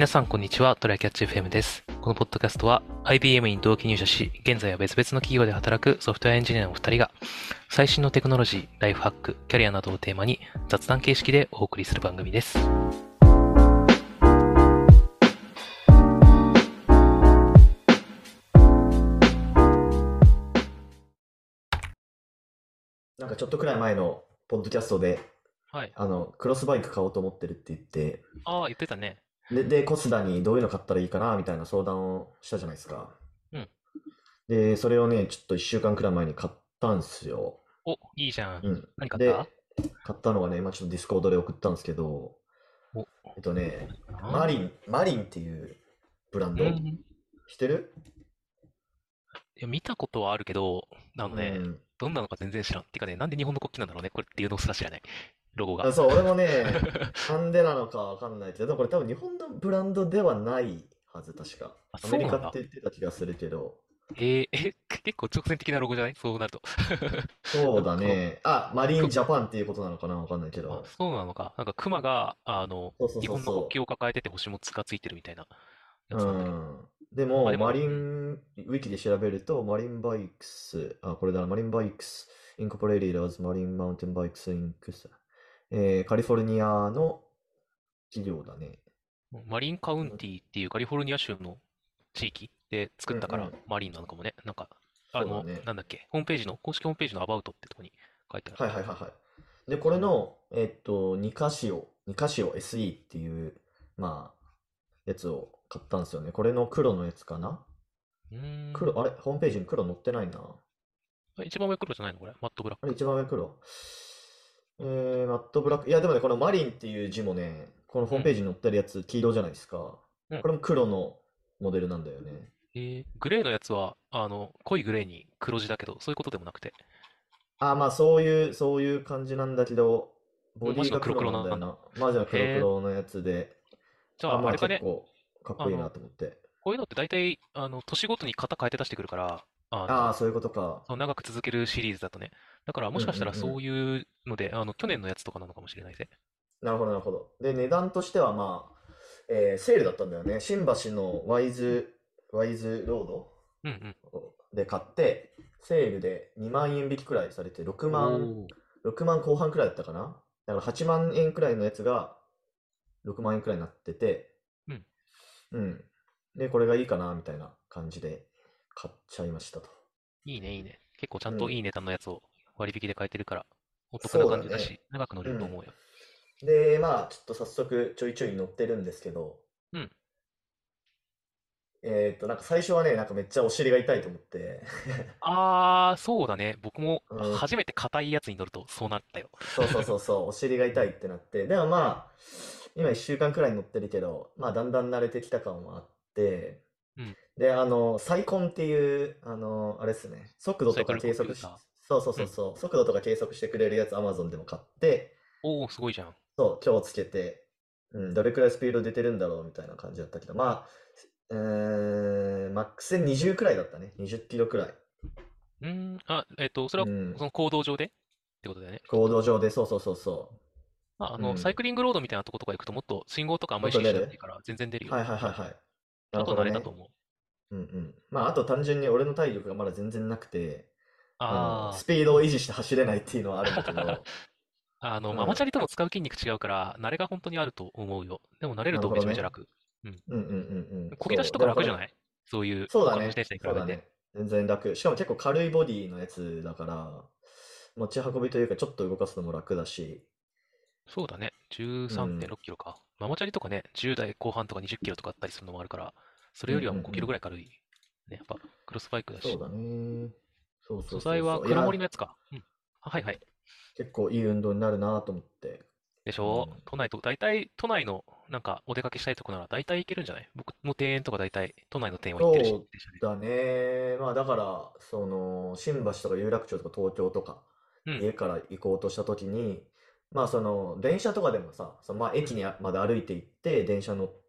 皆さん、こんにちは。トライキャッチ FM です。このポッドキャストは IBM に同期入社し、現在は別々の企業で働くソフトウェアエンジニアのお二人が、最新のテクノロジー、ライフハック、キャリアなどをテーマに雑談形式でお送りする番組です。 なんかちょっとくらい前のポッドキャストで、 はい。 クロスバイク買おうと思ってるって言って、 ああ、言ってたね。 コスダにどういうの買ったらいいかなみたいな相談をしたじゃないですか。 うん。 で、それをね、ちょっと1週間くらい前に買ったんすよ。 お、いいじゃん。 うん。 何買った？ で、買ったのがね、ちょっとディスコードで送ったんですけど、 お、 マ何リン、マリンっていうブランドうん。 知ってる？ いや、見たことはあるけど、 うん。 どんなのか全然知らん。てかね、なんで日本の国旗なんだろうね、これっていうのすら知らない。ロゴが。 そう、俺もね、なんでなのかわかんないけど、でもこれ多分日本のブランドではないはず、確か。 あ、 アメリカそうなんだ。 って言ってた気がするけど、 結構直線的なロゴじゃないそうなると。 そうだこの、 ね。あ、マリンく、 ジャパンっていうことなのかなわかんないけあ、 ど。 そうなのか。なんか熊が、 そうそう日本の国そうそ旗を抱えてて星もつがついてるみたいなやう。 つなんだけど。 でも、 まあでも、 マリン、ウィキで調べると、マリンバイクス、これだな、マリンバイクス、インコポレイティド as マリンマウンテンバイクスインクス。カリフォルニアの企業だね。 マリンカウうんンティっていうカリフォルニア州の地域で作ったからうん、 マリンなのかもね。なんか、 そうだね。 なんだっけ、ホームページの、公式ホームページのアバウトってとこに書いてあるね。 はいはいはいはい。で、これうん。 の、2カシオ SE っていう、やつを買ったんですよね。これの黒のやつかな。 うーん。 黒、あれホームページに黒載ってないな。 一番上黒じゃないのこれ。マットブラッあれ、 ク。 一番上黒。マットブラック。いや、でもね、このマリンっていう字もね、このホうん。 ームページに載ってるやつ、黄色じゃないですか。 うん。 これも黒のモデルなんだよね。 グレーのやつは、濃いグレーに黒字だけど、そういうことでもなくて、 そういう感じなんだけど、ボもう文字が黒ディが黒黒なんだ。 なんだよな。マジの黒へえ。 黒のやつで、 じゃあ、あれかね、 結構かっこいいなあの、 と思って。 こういうのって大体、年ごとに型変えて出してくるから、 そういうことか。 そう長く続けるシリーズだとね。だからもうんうんうしかしたらそん。 ういうので、去年のやつとかなのかもしれないぜ。 なるほど、なるほど。で、値段としてはセールだったんだよね。新橋のワイズロードうんで買って、セールで2万円引きくらいされて、 うん。おー。 6万後半くらいだったかな。だから8万円くらいのやつが6万円くらいになってて、 うん。 うん。で、これがいいかな、みたいな感じで買っちゃいましたと。 いいね、いいね。結構ちゃんうん。 といい値段のやつを割引で買えてるから、お得なそうだね。 感じだし、長く乗れうん。 ると思うよ。 で、ちょっと早速ちょいちょい乗ってるんですけど、 うん。 なんか最初はね、なんかめっちゃお尻が痛いと思って、 そうだね。僕もうん、 初めて硬いやつに乗るとそうなったよ。 そうそうそうそう、お尻がうん。 痛いってなって、でも今1週間くらい乗ってるけど、だんだん慣れてきた感もあって、 うん。 で、サイコンっていう、あれっすね、速度とかサイクルコ計測し、 ンピュータそうそうー。うん。 そうそう、速度とか計測してくれるやつ Amazon でも買って、 おー、すごいじゃん。 そう、今日つけて、どれくらいスピード出てるんだろうみたいな感じだったけど、マックスで20くらいだったね。20キロくらい。 それはうん。 その行動上でってことだよね、きっと。 行動上で、そうそうそうそまあ、 う。うん。 サイクリングロードみたいなとことか行くともっと信号とかあんま意識もっと出る。 しなくていいから全然出るよ。 はいはいうん。 はいはい。なちょっとるほどね。 慣れたと思う。 うんうん。あと単純に俺の体力がまだ全然なくて、 あスピードを維持して走れないっていうのはあるんだけあ。 ど、 ママチャうん。 リとも使う筋肉違うから、慣れが本当にあると思うよ。でも慣れるとなるほどね。 めちゃめちゃ楽。うん。 うんうんうんうん。そう。 漕ぎ出しとかでもこれ、 楽じゃない？そういうそうだね。 他の自転車に比べて。 そうだね。全然楽。しかも結構軽いボディのやつだから、持ち運びというかちょっと動かすのも楽だし、 そうだね。13.6 うん。 キロか。ママチャリとかね、10代後半とか20キロとかあったりするのもあるから、それうんうんうよりはもう5キロぐらいん。 軽い。ね、やっぱクロスバイクだし。 そうだね。そうそ素うそうそう。い材は黒森や、 のやつか。うん。はいはい。 結構いい運動になるなと思って。 でしうん。 ょ都内と、大体都内のなんかお出かけしたいとこなら大体行けるんじゃない？僕の庭園とか大体都内の庭園は行ってるし、 そう電車で。 だね。だから、新橋とか有楽町とか東京とか、 うん。 家から行こうとした時に、電車とかでもさ、 うん。 駅にまで歩いて行って、電車乗って、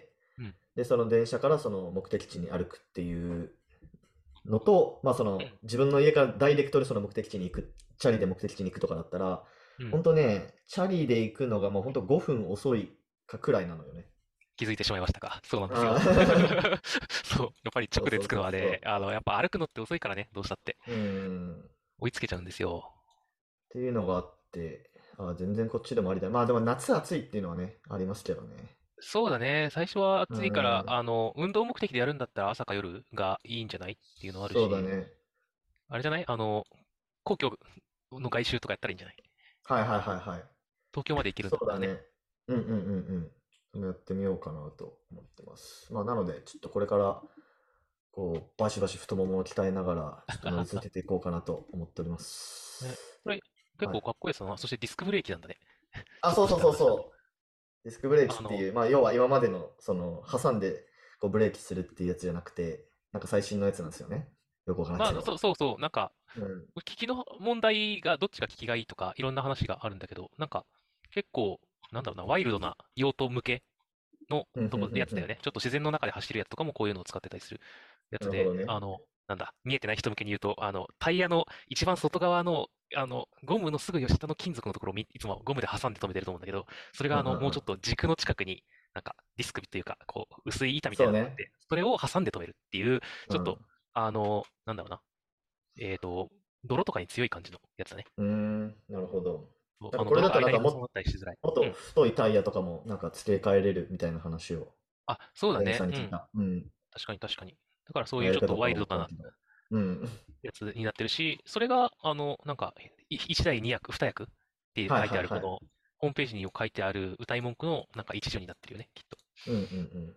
うん。 で、その電車からその目的地に歩くっていうのと、 うん。 自分の家からダイレクトでその目的地に行く、チャリで目的地に行くとかだったら、 うん。 ほんとね、チャリで行くのがもうほんと5分遅いかくらいなのよね。 気づいてしまいましたか。そうなんですよ。 あーそう、やっぱり直で着そうそうくのはね、 そうそやっぱ歩くのって遅いからね、どうしたって。 う。うん。っ追いつけちゃうんですよ。 ていうのがあって、全然こっちでもありだ。まあでも夏暑いっていうのはね、ありますけどね。 そうだね。最初はう暑いから、 ん。 運動目的でやるんだったら朝か夜がいいんじゃないっていうのはあるし、 そうだね。 あれじゃない皇居の外周とかやったらいいんじゃない？ はいはいはいはい。 東京まで行けるんだったらね。 そうだね。うんうんうんうん。やってみようかなと思ってます。まあなので、ちょっとこれから、こう、バシバシ太ももを鍛えながら、ちょっと乗り続けていこうかなと思っております。 ね、これ結はい。 構かっこいいですな。そしてディスクブレーキなんだね。 あ、 ちょっとしそうそうた話だと。 そうそう。ディスクブレーキあの、 っていう、まあ要は今までの、挟んで、こう、ブレーキするっていうやつじゃなくて、なんか最新のやつなんですよね。よくわからんまあ、 けど。 そうそうそう、なんか、 うん。 効きの問題がどっちが効きがいいとか、いろんな話があるんだけど、なんか、結構、なんだろうな、ワイルドな用途向けのうん、うん、うん、うん。 やつだよね。ちょっと自然の中で走るやつとかもこういうのを使ってたりするやつで、 なるほどね。 なんだ、見えてない人向けに言うと、タイヤの一番外側の、ゴムのすぐ下の金属のところをいつもゴムで挟んで止めてると思うんだけど、それうん、 がうん、うん。 もうちょっと軸の近くに、なんかディスクっていうか、こう、薄い板みたいそうね。 なのがあって、それを挟んで止めるっていう、ちょっと、 うん。 なんだろうな、えっと、泥とかに強い感じのやつだね。 なるほど。 そう泥なんかこれだとが間に挟まったりしづらい。 もっとうん。 太いタイヤとかもなんか付け替えれるみたいな話をあ、そうだ店員ね。うん。 さんに聞いた。うん。 確かに確かに。だからそうまあ、 いうちょっとやるかどうかはワイルドなわからんけど。うん。 やつになってるし、それが、なんか、1台2役、2役ってはい書いてある、 はいはい。 この、ホームページに書いてある歌い文句の、なんか一助になってるよね、きっと。 うんうんうん。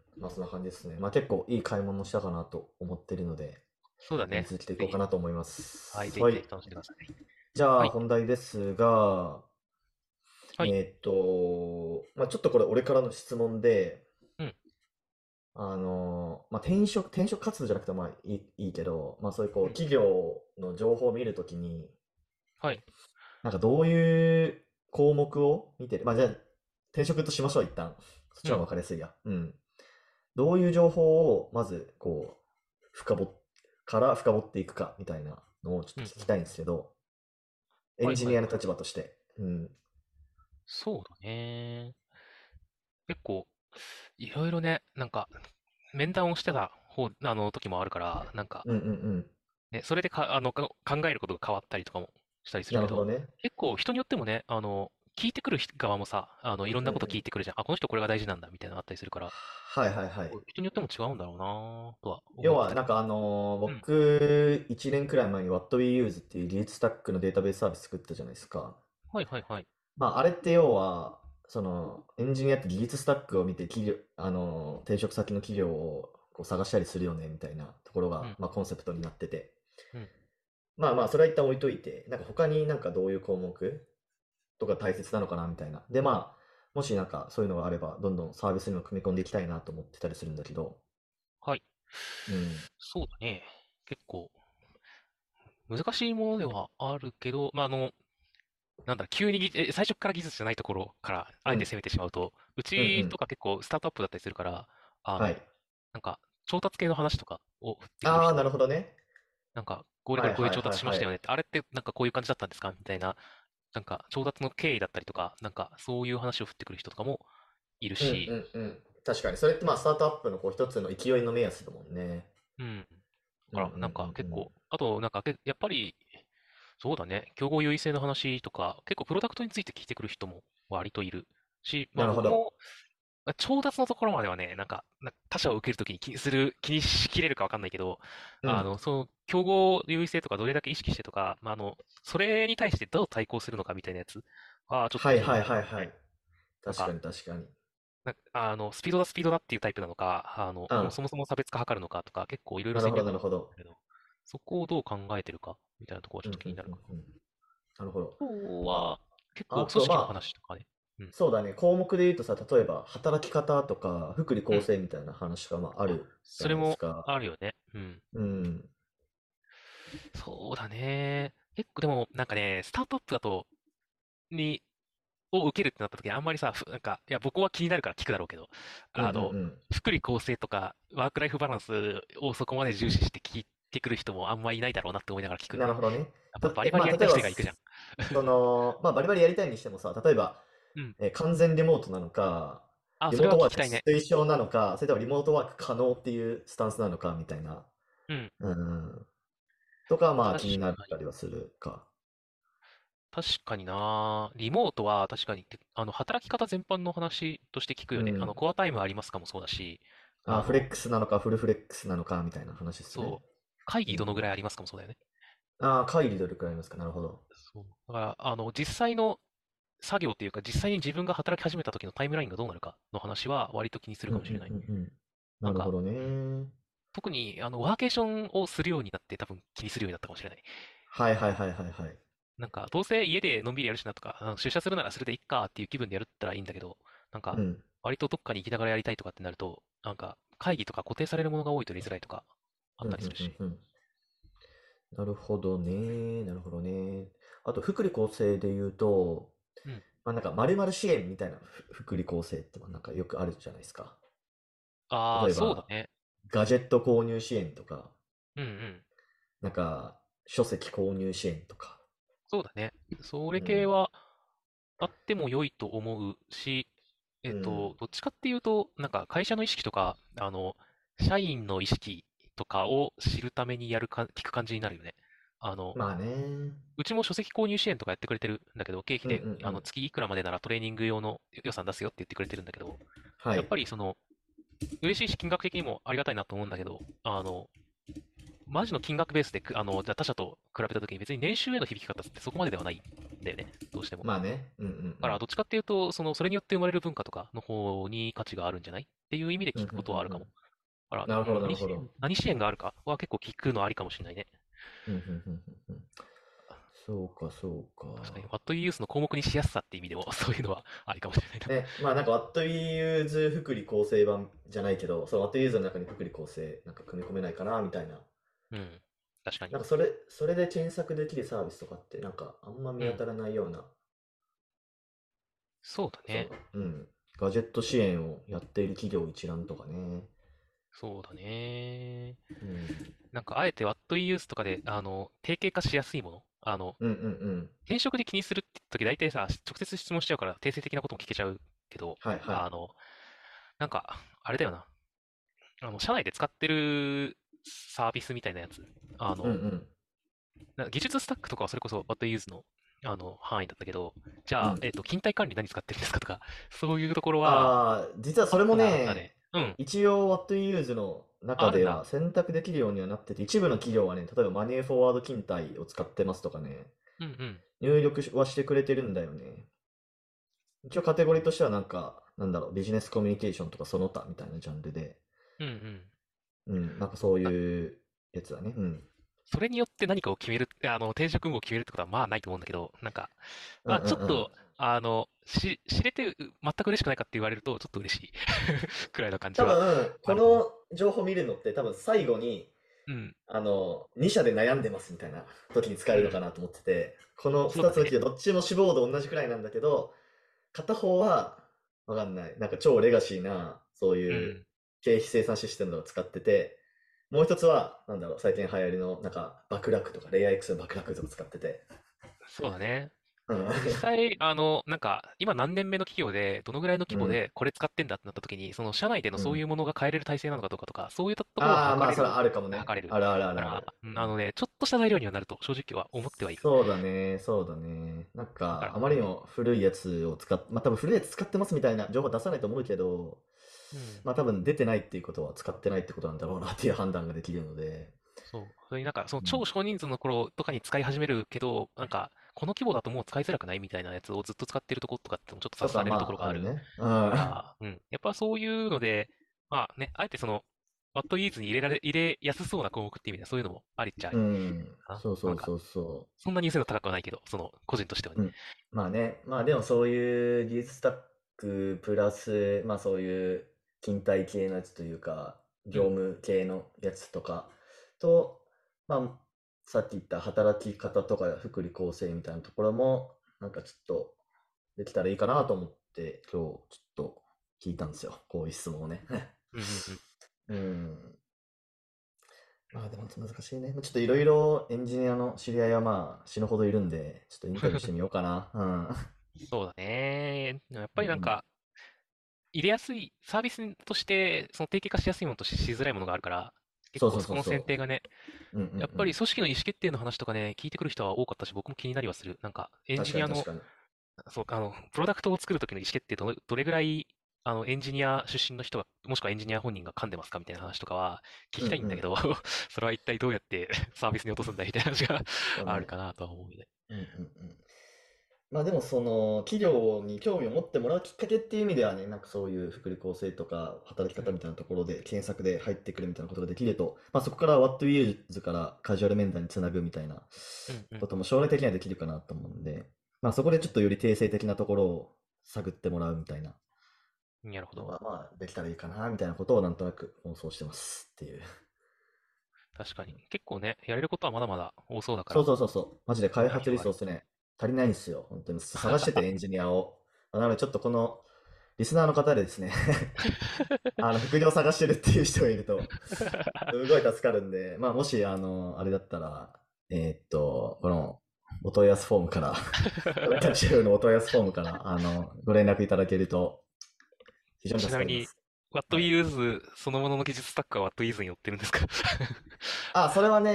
まあそんな感じですね。まあ結構いい買い物したかなと思ってるので、やりそうだね。 続けていこうかぜひ、 なと思いまはい、 す。はい。 ぜひぜひ楽しんでください。 じゃあはい、 本題ですが、 はい、 まあちょっとこれ俺からの質問で、 うん、 まあ転職活動じゃなくてまあいいけど、まあそういうこううん、 企業の情報を見るときに、 はい、 なんかどういう項目を見てる、まあじゃあ転職としましょう一旦。そっちの方うん、 がわかりやすいや。うん。どういう情報をまずこう、深掘っていくかみたいなのをちょっうん、うん。 と聞きたいんですけど、エはい、はい、 ンジニアのはい。 立場として。うん。 そうだね。結構、いろいろね、なんか、面談をしてた時もあるから、なんか、 うんうんうん。 ね、それで考えることが変わったりとかもしたりするけど、 なるほどね。 結構人によってもね、聞いてくる側もさ、いろんなこと聞いうんうん。 てくるじゃん。あ、この人これが大事なんだ、みたいなのあったりするから、 はいはいはい。 人によっても違うんだろうなとは思要ってたけど。 はなんかうん。 僕1年くらい前に What We Use っていう技術スタックのデータベースサービス作ったじゃないですか。 はいはいはい。 まああれって要は、そのエンジニアって技術スタックを見て企業、転職先の企業をこう探したりするよねみたいなところが、 うん、 まあ、コンセプトになってて。 うん。 まあまあ、それは一旦置いといて、なんか他になんかどういう項目とか大切なのかなみたいな。で、まあ、もしなんかそういうのがあれば、どんどんサービスにも組み込んでいきたいなと思ってたりするんだけど、 はい。 うん。 そうだね。結構、難しいものではあるけど、まあ、なんだろう、急に最初から技術じゃないところから、あうん。 えて攻めてしまうと、ううんうん。 ちとか結構スタートアップだったりするから、あの、 はい。 なんか、調達系の話とかを振ってくるああ、な人、 るほどね。 なんか、こういうはいはい調達しましたよねはいはい。 って、あれってなんかこういう感じだったんですかみたいな、なんか調達の経緯だったりとか、なんかそういう話を振ってくる人とかもいるうんうし、 んうん。確かに。それってまあ、スタートアップのこう一つの勢いの目安だもんね。 うん。だうんうんからなんかうんうん。 結構、あとなんかやっぱり、そうだね、競合優位性の話とか、結構プロダクトについて聞いてくる人も割といるし、まあなるほど。 僕も、調達のところまではね、なんか他社を受けるときに気にしきれるかわかんないけど、 うん。 その、競合優位性とかどれだけ意識してとか、まあ、それに対してどう対抗するのかみたいなやつは、ちょっと気にはいはいなるかもね。 はいはい。確かなんか、 に確かに。 スピードだっていうタイプなのか、 うん。 もうそもそも差別化図るのかとか、結構いろいろなるほど戦略があるなるほど。 けど、そこをどう考えてるか、みたいなところはちょっとうんうん気になるかな。 うんうん。なるほど。 あとあ、 は、結あ構組織のとまあ、 話とかね。うん。 そうだね。項目で言うとさ、例えば働き方とか福利うん。 厚生みたいな話がまあああ、 るじゃないですそれもか。 あるよね。うん。 うん。 そうだね。結構でも、なんかね、スタートアップだと、に、を受けるってなった時にあんまりさ、なんか、いや、僕は気になるから聞くだろうけど、 うんうんあの、 うん。 福利厚生とか、ワークライフバランスをそこまで重視して聞いてくる人もあんまりいないだろうなって思いながら聞くね。 なるほどね。 やっぱバリバまあ、 リやりた例えば、 い人が行くじゃん。 まあ、バリバリやりたいにしてもさ、例えば、 うん、 完全リモートなのか、 あ、それリモートワークは聞きたいね。 推奨なのか、それともリモートワーク可能っていうスタンスなのかみたいな、 うん。 うん、とか、まあ確気になっかに。 たりはするか。 確かにな。リモートは確かに、働き方全般の話として聞くよね。 うん。 コアタイムありますかもそうだし、 あ、フレあの、 ックスなのか、フルフレックスなのかみたいな話ですね。 そう、会議どのぐうん。 らいありますかもそうだよね。 ああ、会議どれくらいありますか。なるほど。 そう。だから、実際の作業っていうか、実際に自分が働き始めた時のタイムラインがどうなるかの話は割と気にするうんうんかもしれない。 うんうん。 なんか、 なるほどうん。 ね。 特に、ワーケーションをするようになって多分気にするようになったかもしれない。 はいはいはいはいはい。 なんか、どうせ家でのんびりやるしなとか、出社するならそれでいっかっていう気分でやるったらいいんだけど、なんか、 うん。 割とどっかに行きながらやりたいとかってなると、なんか、会議とか固定されるものが多いとやりづらいとかあっうんうたりするし。 んうんうん。なるほどね。なるほどね。あと、福利厚生で言うと、 うん。 まあなんか〇〇支援みたいな福利厚生ってなんかよくあるじゃないですか。 ああ、 例えば、 そうだね。 ガジェット購入支援とか、 うんうん。 なんか、書籍購入支援とか。 そうだね。それうん。 系はあっても良いと思うし、 うん。 どっちかっていうと、なんか会社の意識とか、社員の意識とかを知るために聞く感じになるよね。あの、 まあね。 うちも書籍購入支援とかやってくれてるんだけど、経費うんうで、 んうん。 月いくらまでならトレーニング用の予算出すよって言ってくれてるんだけど、やっはい。 ぱり嬉しいし金額的にもありがたいなと思うんだけど、マジの金額ベースでじゃあ他社と比べたときに別に年収への響き方ってそこまでではないんだよね、どうしても。 まあね。うんうんうだから、 ん。 どっちかっていうと、それによって生まれる文化とかの方に価値があるんじゃないっていう意味でうんう聞くことはあるかも。 んうんうん。 だから、 なるほどうん、 なるほど。 何支援があるかは結構聞くのありかもしれないね。 うんうんうんうんうん。そうかそう確かに、 か。 What You Use の項目にしやすさって意味でも、そういうのはありかもしれないな。 ね、まあなんか What We Use 福利厚生版じゃないけど、その What We Use の中に福利厚生なんか組み込めないかなみたいな。 うん。確かに。 なんかそれで検索できるサービスとかってなんかあんまうん。 見当たらないような、 そうだね。 その、うん、ガジェット支援をやっている企業一覧とかね。 そうだね。 うん。 なんか、あえて What You Use とかで、定型化しやすいもの。 うんうんうん。 転職で気にするって時大体さ、直接質問しちゃうから定性的なことも聞けちゃうけど、 はいはい。 あの、なんか、あれだよな。社内で使ってるサービスみたいなやつ。あの、 うんうん。 なんか技術スタックとかはそれこそ What Use の、範囲だったけど、じゃあ、 うん。 勤怠管理何使ってるんですかとか、そういうところはああ、実はそれもあったらあったで。 ね、 うん。 一応 What We Use のあ、あるんだ。 中では選択できるようにはなってて、一部の企業はね、例えばマネーフォワード勤怠を使ってますとかね、 うんうん。 入力はしてくれてるんだよね。一応カテゴリーとしてはなんか、なんだろう、ビジネスコミュニケーションとかその他みたいなジャンルで、 うんうん。 うん、なんかそうあ、 いうやつだね。うん。 それによって何かを決める、転職後を決めるってことはまあないと思うんだけど、なんか、 うんうんちょっうん。 と、知れて全く嬉しくないかって言われると、ちょっと嬉しいくらいの感じ多は分、こあるかも。 の情報見るのって多分最後に、 うん。 2社で悩んでますみたいな時に使えうん。 るのかなと思ってて、この2 そうだね。 つの企業どっちも志望度同じくらいなんだけど、片方はわかんない。なんか超レガシーな、そういううん。 経費生産システムを使ってて、もう一つは、なんだろう、最近流行りの、なんか、バックラックとか、レイヤー X のバックラックとか使ってて。 そうだね。 うん。 で、実際、なんか、今何年目の企業で、どのぐらいの規模うん。 でこれ使ってんだってなった時に、その社内でのうん。 そういうものが変えれる体制なのかどうかとか、そういったところはああ、まあ、それはあるかもね。 測れる。 あるあるあから、 るある。 うんちょっとした材料にはなると正直は思ってはいる。 そうだね、そうだね。なんか、 だから、 あまりにも古いやつをまあ多分古いやつ使ってますみたいな情報出さないと思うけど、 うん。 まあ多分出てないっていうことは使ってないってことなんだろうなっていう判断ができるので。 そう。それになんか、そのうん。 超少人数の頃とかに使い始めるけど、なんか、この規模だともう使いづらくないみたいなやつをずっと使ってるところとかってもちょっと察とか、 されるとこまあ、 ろがあるあるね。うん。 から、うん。やっぱそういうので、まあね、あえてWhat Is に入れやすそうな項目っていう意味ではそういうのもありっちゃありうん。 かな。なんか、 そうそうそうそそんなに優先度高くはないけど、個人としてはね。 う。うん。まあね、まあでもそういう技術スタックプラス、まあそういう勤怠系のやつというか、業うん。 務系のやつとかと、まあ、さっき言った働き方とか福利厚生みたいなところも、なんかちょっとできたらいいかなと思って、今日ちょっと聞いたんですよ。こういう質問をね。 うんうんうん。 うん。まあでも難しいね。ちょっといろいろエンジニアの知り合いはまあ死ぬほどいるんで、ちょっとインタビューしてみようかな。うん。 そうだね。でもやっうんうん。 ぱりなんか、 入れやすい、サービスとして、その定型化しやすいものとしづらいものがあるから、結そうそう構そこの選そうそ定がね、 う。うんうんやっうん。 ぱり組織の意思決定の話とかね、聞いてくる人は多かったし、僕も気になりはする。なんか、エン確ジニアの、 かに確かに。 そう、プロダクトを作るときの意思決定どれぐらい、エンジニア出身の人が、もしくはエンジニア本人が噛んでますかみたいな話とかは聞うんうん。 きたいんだけど、それは一体どうやってサービスに落とすんだみたいな話がそうね。 あるかなとは思うので。 うんうんうん。まあでもその企業に興味を持ってもらうきっかけっていう意味ではね、なんかそういう福利厚生とか働きうん、 方みたいなところで検索で入ってくるみたいなことができると、まあそこから What we use からカジュアル面談につなぐみたいなうん、うん。 ことも将来的にはできるかなと思うんで、まあそこでちょっとより定性的なところを探ってもらうみたいななるほど。 のがまあできたらいいかなみたいなことをなんとなく妄想してますっていう。 確かに。結構ね、やれることはまだまだ多そうだかそうら、 そうそうそう。マジで開発リ中にはある。 ソースね、足りないんですよ。本当に探しててエンジニアを。なのでちょっとこのリスナーの方でですね副業探してるっていう人がいると、すごい助かるんで、まあもし、あれだったら、この、お問い合わせフォームから俺たちのお問い合わせフォームから、ご連絡いただけると、非常にちなみに、 助かります。 What は we い。 use そのものの技術スタックは What is に載ってるんですか？ あ、それはね、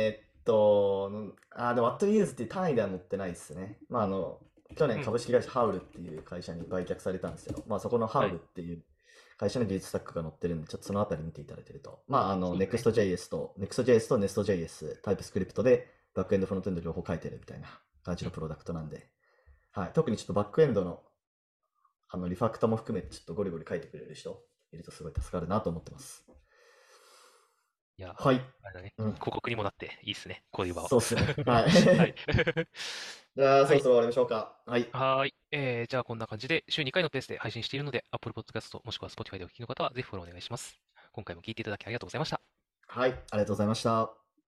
でも What Use っていう単位では載ってないですね。まあ、去年うん。 株式会社ハウルっていう会社に売却されたんですけど、まあそこのハウルはい。 っていう会社の技術スタックが載ってるんで、ちょっとそのあたり見ていただけると。まあ、 そうだね。 Next.js と Nest.js、TypeScript でバックエンド、フロントエンド両方書いてるみたいな感じうん。 のプロダクトなんで、はい。特にちょっとバックエンドの、リファクタも含めてちょっとゴリゴリ書いてくれる人いるとすごい助かるなと思ってます。 いや、 はい。 あれだね。 うん。 広告にもなっていいっすね。こういう場は。 そうっすね。ははい。 い。じゃあ、そはい。 ろそろ終わりましょうか。はい。 はーい。じゃあこんな感じで週2回のペースで配信しているので、Apple Podcast もしくは Spotify でお聞きの方はぜひフォローお願いします。今回も聞いていただきありがとうございました。 はい。ありがとうございました。